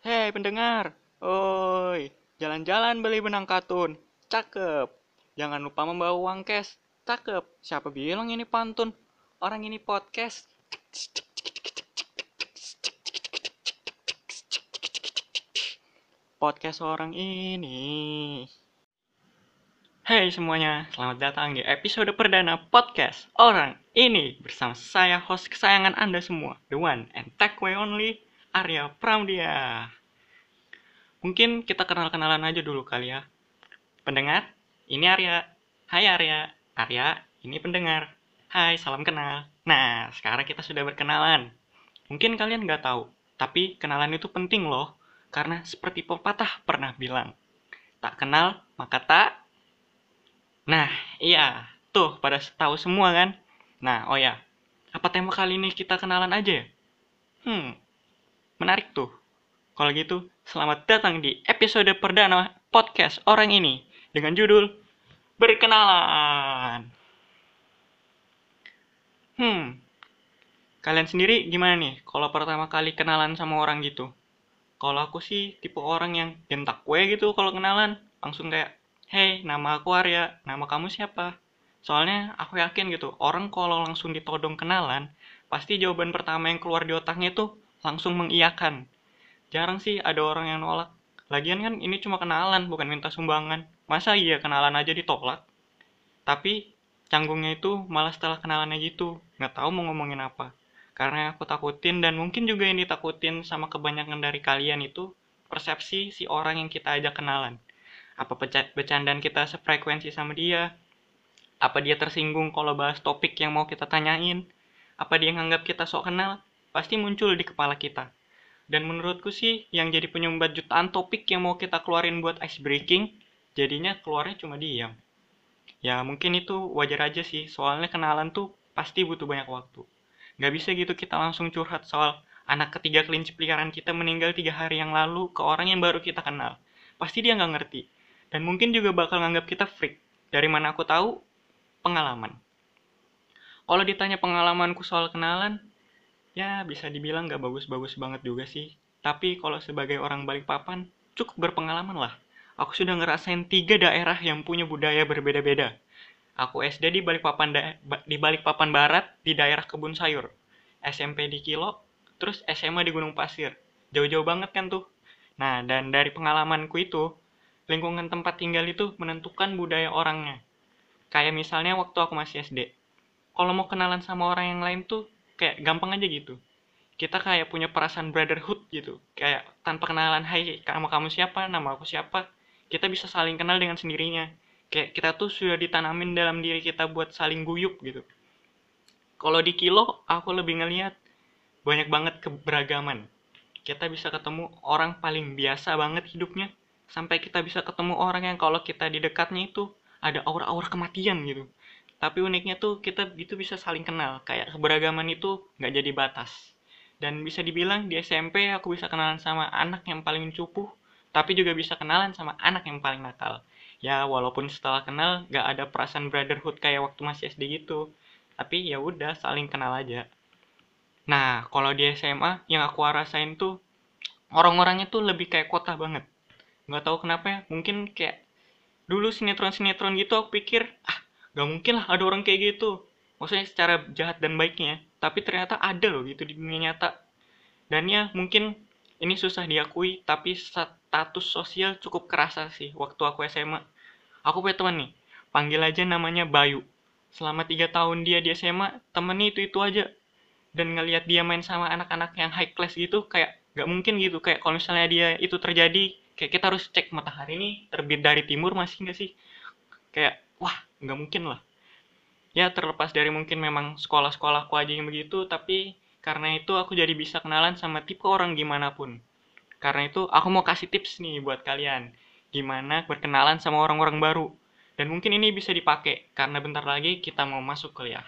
Hei pendengar, oi, jalan-jalan beli benang katun, cakep. Jangan lupa membawa uang cash, cakep. Siapa bilang ini pantun? Orang ini podcast. Podcast orang ini. Hai semuanya, selamat datang di episode perdana podcast orang ini bersama saya host kesayangan Anda semua, the one and tech way only, Arya Pramdia. Mungkin kita kenal-kenalan aja dulu kali ya. Pendengar, ini Arya. Hai Arya. Arya, ini pendengar. Hai, salam kenal. Nah, sekarang kita sudah berkenalan. Mungkin kalian nggak tahu, tapi kenalan itu penting loh. Karena seperti pepatah pernah bilang, tak kenal maka tak. Nah, iya, tuh pada tahu semua kan? Nah, oh ya, apa tema kali ini kita kenalan aja ya? Menarik tuh. Kalau gitu, selamat datang di episode perdana podcast orang ini dengan judul Berkenalan. Kalian sendiri gimana nih kalau pertama kali kenalan sama orang gitu? Kalau aku sih tipe orang yang gentak gue gitu kalau kenalan. Langsung kayak, hey, nama aku Arya, nama kamu siapa? Soalnya aku yakin gitu, orang kalau langsung ditodong kenalan, pasti jawaban pertama yang keluar di otaknya itu langsung mengiyakan. Jarang sih ada orang yang nolak. Lagian kan ini cuma kenalan, bukan minta sumbangan. Masa iya kenalan aja ditolak? Tapi canggungnya itu malah setelah kenalannya gitu, nggak tahu mau ngomongin apa. Karena aku takutin dan mungkin juga yang ditakutin sama kebanyakan dari kalian itu persepsi si orang yang kita ajak kenalan. Apa bercandaan kita sefrekuensi sama dia? Apa dia tersinggung kalau bahas topik yang mau kita tanyain? Apa dia nganggap kita sok kenal? Pasti muncul di kepala kita. Dan menurutku sih yang jadi penyumbat jutaan topik yang mau kita keluarin buat ice breaking, jadinya keluarnya cuma diam. Ya mungkin itu wajar aja sih, soalnya kenalan tuh pasti butuh banyak waktu. Gak bisa gitu kita langsung curhat soal anak ketiga kelinci peliharaan kita meninggal 3 hari yang lalu ke orang yang baru kita kenal. Pasti dia nggak ngerti. Dan mungkin juga bakal nganggap kita freak. Dari mana aku tahu? Pengalaman. Kalau ditanya pengalamanku soal kenalan, ya bisa dibilang nggak bagus-bagus banget juga sih. Tapi kalau sebagai orang Balikpapan, cukup berpengalaman lah. Aku sudah ngerasain 3 daerah yang punya budaya berbeda-beda. Aku SD di Balikpapan Barat di daerah Kebun Sayur. SMP di Kilo, terus SMA di Gunung Pasir. Jauh-jauh banget kan tuh. Nah, dan dari pengalamanku itu, lingkungan tempat tinggal itu menentukan budaya orangnya. Kayak misalnya waktu aku masih SD. Kalau mau kenalan sama orang yang lain tuh kayak gampang aja gitu. Kita kayak punya perasaan brotherhood gitu. Kayak tanpa kenalan, hai, kamu siapa, nama aku siapa. Kita bisa saling kenal dengan sendirinya. Kayak kita tuh sudah ditanamin dalam diri kita buat saling guyup gitu. Kalau di Kilo, aku lebih ngelihat banyak banget keberagaman. Kita bisa ketemu orang paling biasa banget hidupnya, sampai kita bisa ketemu orang yang kalau kita di dekatnya itu ada aura-aura kematian gitu. Tapi uniknya tuh kita gitu bisa saling kenal, kayak keberagaman itu nggak jadi batas. Dan bisa dibilang di SMP aku bisa kenalan sama anak yang paling cupu, tapi juga bisa kenalan sama anak yang paling nakal. Ya walaupun setelah kenal nggak ada perasaan brotherhood kayak waktu masih SD gitu, tapi ya udah saling kenal aja. Nah kalau di SMA yang aku rasain tuh orang-orangnya tuh lebih kayak kota banget. Nggak tahu kenapa ya, mungkin kayak dulu sinetron-sinetron gitu aku pikir, ah nggak mungkin lah ada orang kayak gitu. Maksudnya secara jahat dan baiknya, tapi ternyata ada loh gitu di dunia nyata. Dan ya mungkin ini susah diakui, tapi status sosial cukup kerasa sih waktu aku SMA. Aku punya teman nih, panggil aja namanya Bayu. Selama 3 tahun dia di SMA, temennya itu aja. Dan ngelihat dia main sama anak-anak yang high class gitu, kayak nggak mungkin gitu. Kayak kalau misalnya dia itu terjadi, kayak kita harus cek matahari ini terbit dari timur masih nggak sih? Kayak, wah nggak mungkin lah. Ya terlepas dari mungkin memang sekolah-sekolahku aja yang begitu, tapi karena itu aku jadi bisa kenalan sama tipe orang gimana pun. Karena itu aku mau kasih tips nih buat kalian, gimana berkenalan sama orang-orang baru. Dan mungkin ini bisa dipakai, karena bentar lagi kita mau masuk kuliah.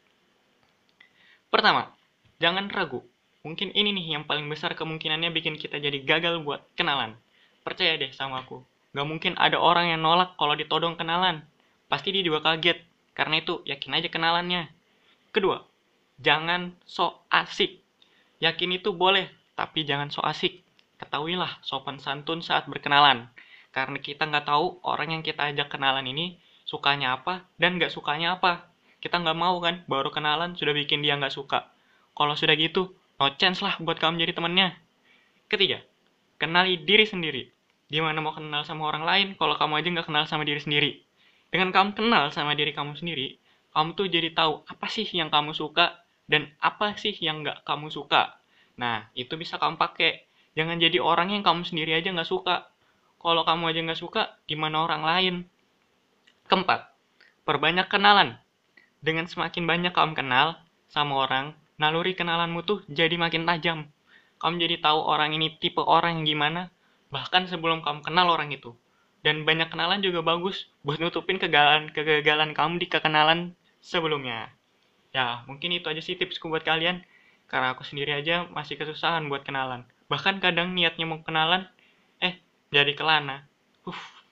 Pertama, jangan ragu. Mungkin ini nih yang paling besar kemungkinannya bikin kita jadi gagal buat kenalan. Percaya deh sama aku. Gak mungkin ada orang yang nolak kalau ditodong kenalan. Pasti dia juga kaget. Karena itu, yakin aja kenalannya. Kedua, jangan sok asik. Yakin itu boleh, tapi jangan sok asik. ketahuilah sopan santun saat berkenalan. Karena kita nggak tahu orang yang kita ajak kenalan ini sukanya apa dan nggak sukanya apa. Kita nggak mau kan baru kenalan sudah bikin dia nggak suka. Kalau sudah gitu, no chance lah buat kamu jadi temannya. Ketiga, kenali diri sendiri. Gimana mau kenal sama orang lain kalau kamu aja nggak kenal sama diri sendiri? Dengan kamu kenal sama diri kamu sendiri, kamu tuh jadi tahu apa sih yang kamu suka dan apa sih yang nggak kamu suka. Nah, itu bisa kamu pakai. Jangan jadi orang yang kamu sendiri aja nggak suka. Kalau kamu aja nggak suka, gimana orang lain? Keempat, perbanyak kenalan. Dengan semakin banyak kamu kenal sama orang, naluri kenalanmu tuh jadi makin tajam. Kamu jadi tahu orang ini tipe orang yang gimana, bahkan sebelum kamu kenal orang itu. Dan banyak kenalan juga bagus buat nutupin kegagalan kamu di kekenalan sebelumnya. Ya, mungkin itu aja sih tipsku buat kalian. Karena aku sendiri aja masih kesusahan buat kenalan. Bahkan kadang niatnya mau kenalan, jadi kelana. Uh.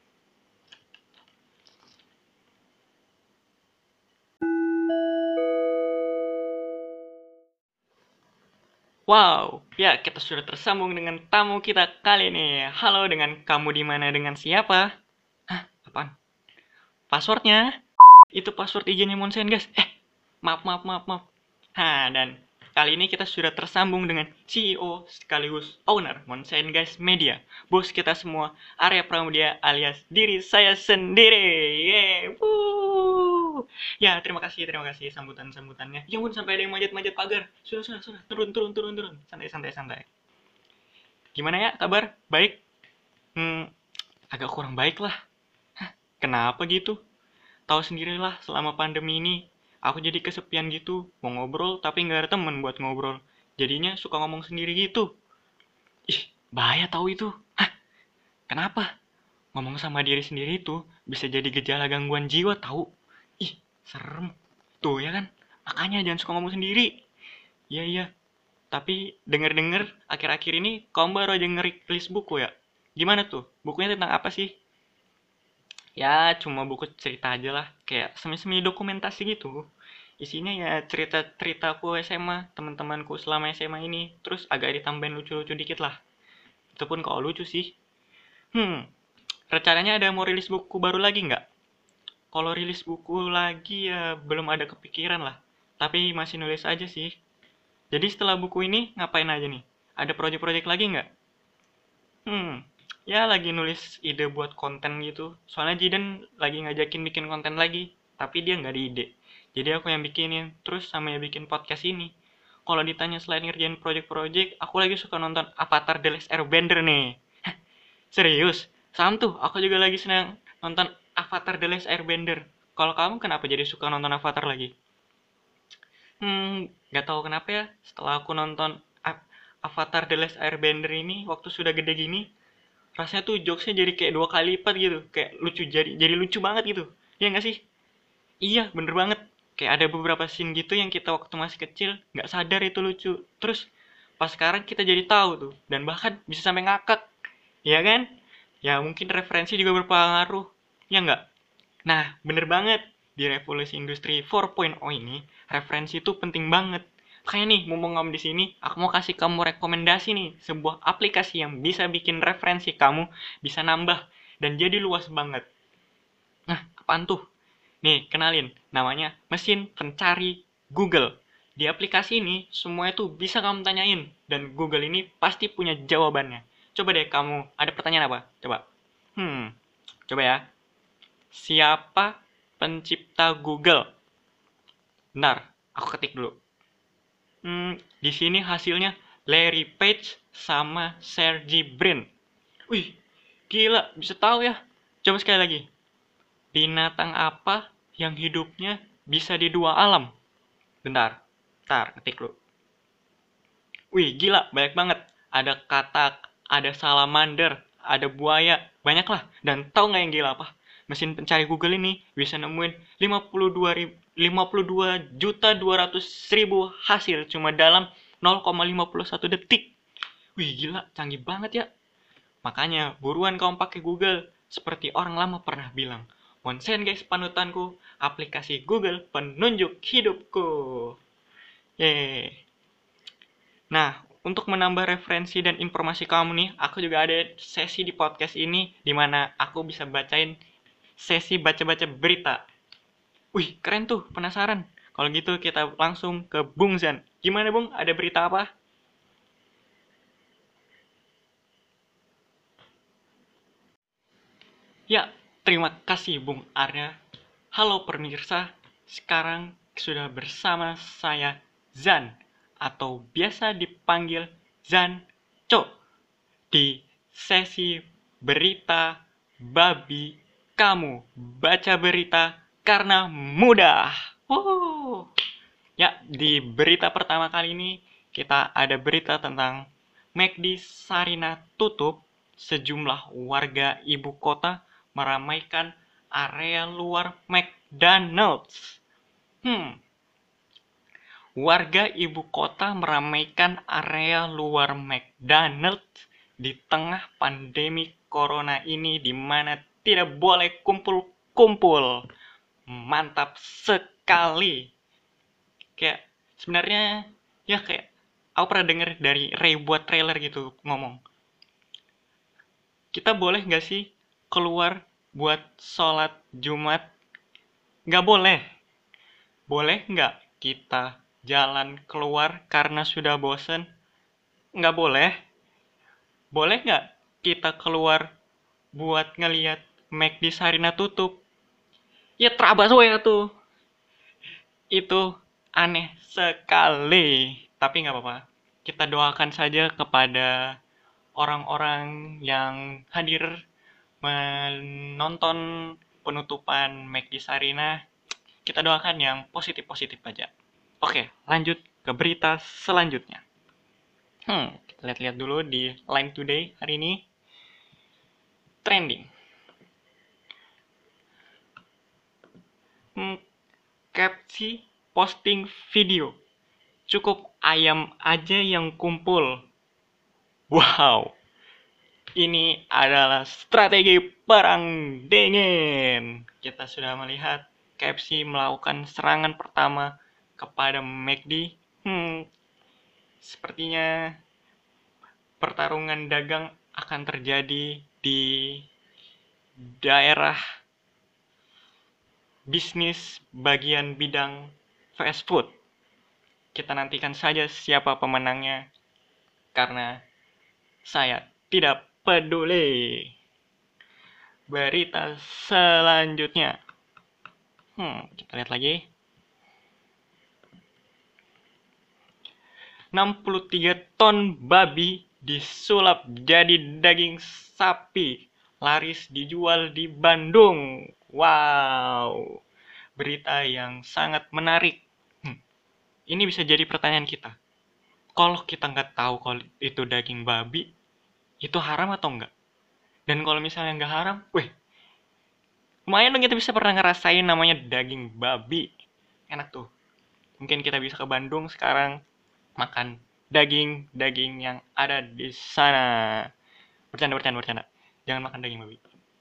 Wow, ya kita sudah tersambung dengan tamu kita kali ini. Halo, dengan kamu di mana dengan siapa? Hah, apaan? Passwordnya? Itu password IG-nya Monsen, guys. Maaf. Dan kali ini kita sudah tersambung dengan CEO sekaligus owner Monsen Guys Media. Bos kita semua, Arya Pramudia alias diri saya sendiri. Yeay, wuh. Ya, terima kasih sambutannya. Ya ampun, sampai ada yang manjat-manjat pagar. Sudah. Turun. Santai. Gimana ya kabar? Baik? Agak kurang baik lah. Kenapa gitu? Tahu sendirilah selama pandemi ini aku jadi kesepian gitu, mau ngobrol tapi nggak ada temen buat ngobrol. Jadinya suka ngomong sendiri gitu. Ih, bahaya tahu itu. Hah, kenapa? Ngomong sama diri sendiri itu bisa jadi gejala gangguan jiwa tahu. Ih, serem. Tuh ya kan? Makanya jangan suka ngomong sendiri. Iya. Tapi denger-denger akhir-akhir ini kamu baru aja ngerilis buku ya? Gimana tuh? Bukunya tentang apa sih? Ya, cuma buku cerita aja lah. Kayak semi-semi dokumentasi gitu. Isinya ya cerita-ceritaku SMA, teman-temanku selama SMA ini. Terus agak ditambahin lucu-lucu dikit lah. Itu pun kalau lucu sih. Rencananya ada mau rilis buku baru lagi nggak? Kalau rilis buku lagi ya belum ada kepikiran lah. Tapi masih nulis aja sih. Jadi setelah buku ini ngapain aja nih? Ada proyek-proyek lagi nggak? Ya lagi nulis ide buat konten gitu. Soalnya Jidan lagi ngajakin bikin konten lagi, tapi dia nggak ada ide. Jadi aku yang bikinin, terus sama yang bikin podcast ini. Kalau ditanya selain ngerjain project-project, aku lagi suka nonton Avatar The Last Airbender nih. Serius? Sama tuh, aku juga lagi senang nonton Avatar The Last Airbender. Kalau kamu kenapa jadi suka nonton Avatar lagi? Nggak tahu kenapa ya, setelah aku nonton Avatar The Last Airbender ini, waktu sudah gede gini, rasanya tuh jokesnya jadi kayak 2 kali lipat gitu, kayak lucu, jadi lucu banget gitu. Iya nggak sih? Iya, bener banget. Kayak ada beberapa scene gitu yang kita waktu masih kecil nggak sadar itu lucu, terus pas sekarang kita jadi tahu tuh, dan bahkan bisa sampai ngakak. Ya kan? Ya mungkin referensi juga berpengaruh, ya nggak? Nah, bener banget. Di revolusi industri 4.0 ini, referensi itu penting banget. Makanya nih, mumpung kamu di sini, aku mau kasih kamu rekomendasi nih, sebuah aplikasi yang bisa bikin referensi kamu bisa nambah dan jadi luas banget. Nah, apaan tuh? Nih, kenalin. Namanya mesin pencari Google. Di aplikasi ini, semuanya tuh bisa kamu tanyain. Dan Google ini pasti punya jawabannya. Coba deh kamu, ada pertanyaan apa? Coba. Coba ya. Siapa pencipta Google? Bentar, aku ketik dulu. Di sini hasilnya Larry Page sama Sergey Brin. Wih, gila, bisa tahu ya. Coba sekali lagi. Binatang apa yang hidupnya bisa di dua alam? Bentar, ketik dulu. Wih, gila, banyak banget. Ada katak, ada salamander, ada buaya, banyak lah. Dan tahu nggak yang gila apa? Mesin pencari Google ini bisa nemuin 52.200.000 hasil cuma dalam 0,51 detik. Wih, gila, canggih banget ya. Makanya, buruan kamu pakai Google. Seperti orang lama pernah bilang. Monsen guys, panutanku. Aplikasi Google penunjuk hidupku. Yeay. Nah, untuk menambah referensi dan informasi kamu nih, aku juga ada sesi di podcast ini di mana aku bisa bacain sesi baca-baca berita. Wih, keren tuh, penasaran. Kalau gitu kita langsung ke Bung Zan. Gimana Bung, ada berita apa? Ya, terima kasih Bung Arya. Halo pemirsa, sekarang sudah bersama saya Zan atau biasa dipanggil Zan Cok di sesi berita babi kamu baca berita karena mudah. Wow. Ya, di berita pertama kali ini kita ada berita tentang McD Sarina tutup, sejumlah warga ibu kota meramaikan area luar McDonald's. Warga ibu kota meramaikan area luar McDonald's di tengah pandemi corona ini di mana tidak boleh kumpul-kumpul. Mantap sekali. Kayak sebenarnya ya kayak aku pernah denger dari Ray buat trailer gitu ngomong. Kita boleh gak sih keluar buat sholat Jumat? Gak boleh. Boleh nggak kita jalan keluar karena sudah bosen? Nggak boleh. Boleh nggak kita keluar buat ngeliat McD Sarina tutup? Ya terabas ya tuh. Itu aneh sekali. Tapi nggak apa-apa. Kita doakan saja kepada orang-orang yang hadir menonton penutupan McD Sarina. Kita doakan yang positif-positif aja. Oke, lanjut ke berita selanjutnya. Kita lihat-lihat dulu di Line Today hari ini. Trending. Capsi posting video. Cukup ayam aja yang kumpul. Wow. Ini adalah strategi perang dingin. Kita sudah melihat KFC melakukan serangan pertama kepada McD. Sepertinya pertarungan dagang akan terjadi di daerah bisnis bagian bidang fast food. Kita nantikan saja siapa pemenangnya karena saya tidak peduli. Berita selanjutnya. Kita lihat lagi. 63 ton babi disulap jadi daging sapi, laris dijual di Bandung. Wow, berita yang sangat menarik. Ini bisa jadi pertanyaan kita. Kalau kita nggak tahu kalau itu daging babi, itu haram atau enggak? Dan kalau misalnya nggak haram, lumayan dong kita bisa pernah ngerasain namanya daging babi. Enak tuh. Mungkin kita bisa ke Bandung sekarang makan daging yang ada di sana. Bercanda. Jangan makan daging babi.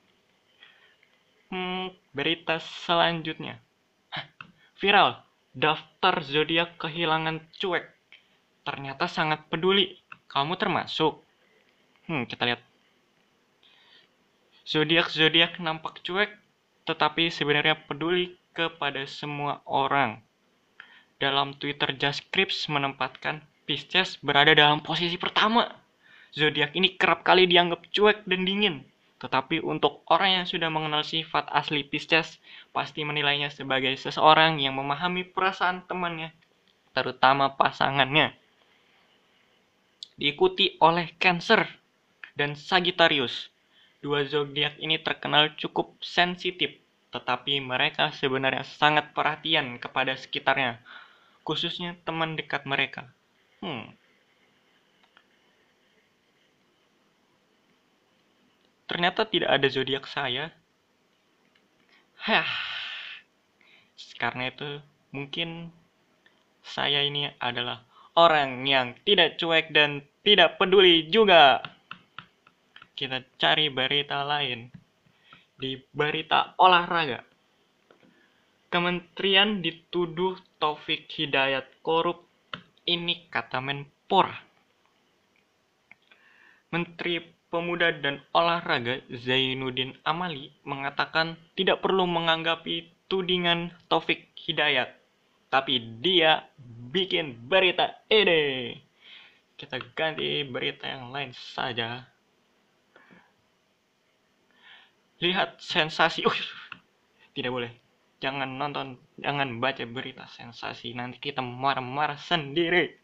Berita selanjutnya. Viral. Daftar zodiak kehilangan cuek. Ternyata sangat peduli. Kamu termasuk. Kita lihat. Zodiak nampak cuek, tetapi sebenarnya peduli kepada semua orang. Dalam Twitter Jascripts menempatkan Pisces berada dalam posisi pertama. Zodiak ini kerap kali dianggap cuek dan dingin. Tetapi untuk orang yang sudah mengenal sifat asli Pisces, pasti menilainya sebagai seseorang yang memahami perasaan temannya, terutama pasangannya. Diikuti oleh Cancer dan Sagittarius. Dua zodiak ini terkenal cukup sensitif, tetapi mereka sebenarnya sangat perhatian kepada sekitarnya, khususnya teman dekat mereka. Ternyata tidak ada zodiak saya. Karena itu mungkin saya ini adalah orang yang tidak cuek dan tidak peduli juga. Kita cari berita lain. Di berita olahraga. Kementerian dituduh Taufik Hidayat korup. Ini kata Menpora. Menteri Pemuda dan Olahraga Zainuddin Amali mengatakan tidak perlu menganggapi tudingan Taufik Hidayat, tapi dia bikin berita ini. Kita ganti berita yang lain saja. Lihat sensasi. Tidak boleh. Jangan nonton, jangan baca berita sensasi. Nanti kita marah-marah sendiri.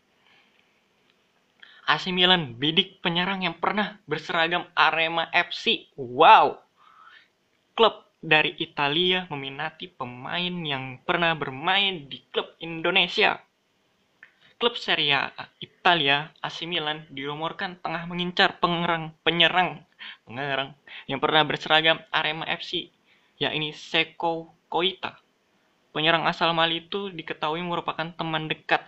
AC Milan bidik penyerang yang pernah berseragam Arema FC. Wow. Klub dari Italia meminati pemain yang pernah bermain di klub Indonesia. Klub Serie A Italia, AC Milan, dirumorkan tengah mengincar penyerang yang pernah berseragam Arema FC, yakni Seko Koita. Penyerang asal Mali itu diketahui merupakan teman dekat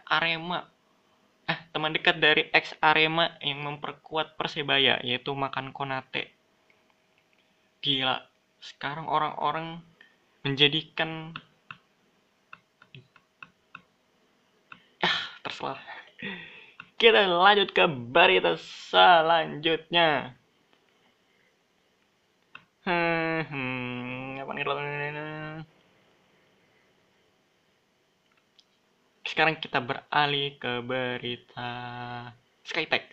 dari ex Arema yang memperkuat Persebaya, yaitu Makan Konate. Gila, sekarang orang-orang menjadikan terserah. Kita lanjut ke berita selanjutnya. Apa nih? Sekarang kita beralih ke berita Skytech.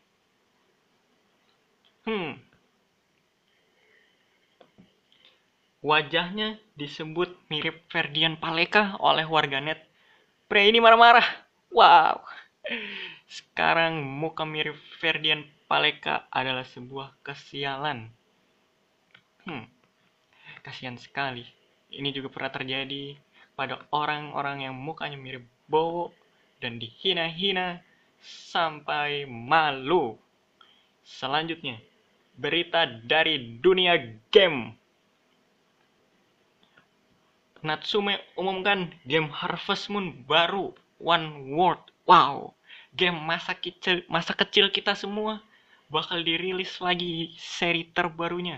Wajahnya disebut mirip Ferdian Paleka oleh warganet. Pria ini marah-marah. Wow. Sekarang muka mirip Ferdian Paleka adalah sebuah kesialan. Kasihan sekali. Ini juga pernah terjadi pada orang-orang yang mukanya mirip Bowo dan dihina-hina sampai malu. Selanjutnya, berita dari dunia game. Natsume umumkan game Harvest Moon baru, One World. Wow, game masa kecil kita semua bakal dirilis lagi seri terbarunya.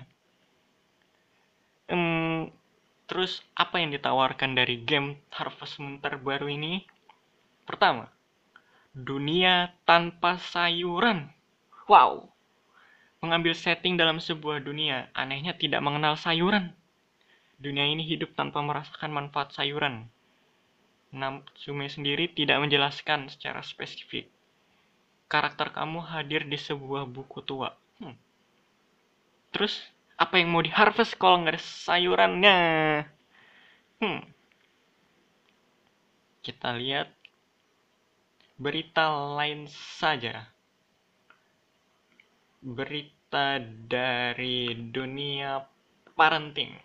Terus apa yang ditawarkan dari game Harvest Moon terbaru ini? Pertama, dunia tanpa sayuran. Wow, mengambil setting dalam sebuah dunia, anehnya tidak mengenal sayuran. Dunia ini hidup tanpa merasakan manfaat sayuran. Natsume sendiri tidak menjelaskan secara spesifik. Karakter kamu hadir di sebuah buku tua. Terus, apa yang mau di-harvest kalau nggak ada sayurannya? Kita lihat berita lain saja. Berita dari dunia parenting.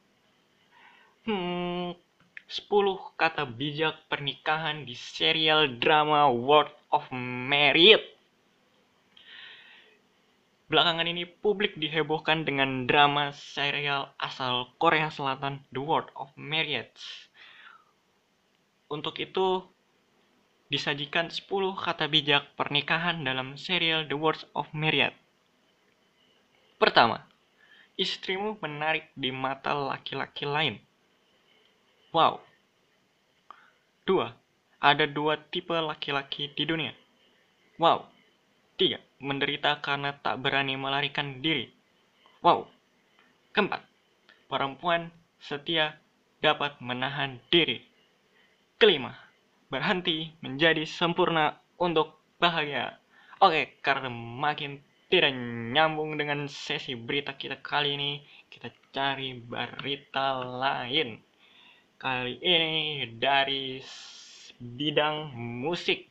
10 kata bijak pernikahan di serial drama World of Married. Belakangan ini publik dihebohkan dengan drama serial asal Korea Selatan The World of Married. Untuk itu disajikan 10 kata bijak pernikahan dalam serial The World of Married. Pertama, istrimu menarik di mata laki-laki lain. Wow. 2. Ada 2 tipe laki-laki di dunia. Wow. 3. Menderita karena tak berani melarikan diri. Wow. 4. Perempuan setia dapat menahan diri. 5. Berhenti menjadi sempurna untuk bahagia. Oke, karena makin tidak nyambung dengan sesi berita kita kali ini, kita cari berita lain. Kali ini dari bidang musik.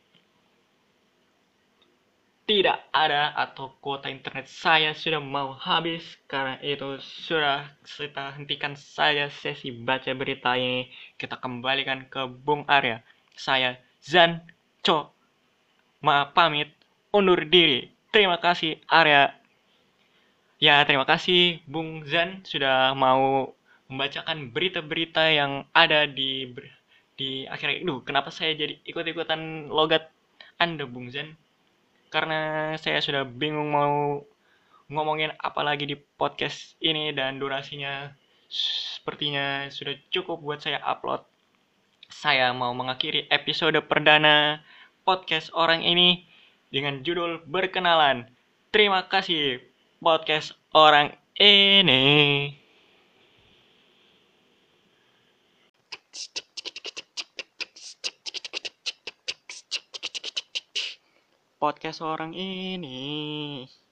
Tidak ada atau kuota internet saya sudah mau habis. Karena itu sudah kita hentikan saja sesi baca berita ini. Kita kembalikan ke Bung Arya. Saya Zan Co. Pamit undur diri. Terima kasih Arya. Ya, terima kasih Bung Zan sudah mau membacakan berita-berita yang ada di akhir. Kenapa saya jadi ikut-ikutan logat Anda, Bung Zan? Karena saya sudah bingung mau ngomongin apa lagi di podcast ini dan durasinya sepertinya sudah cukup buat saya upload. Saya mau mengakhiri episode perdana podcast orang ini dengan judul berkenalan. Terima kasih podcast orang ini. Podcast orang ini.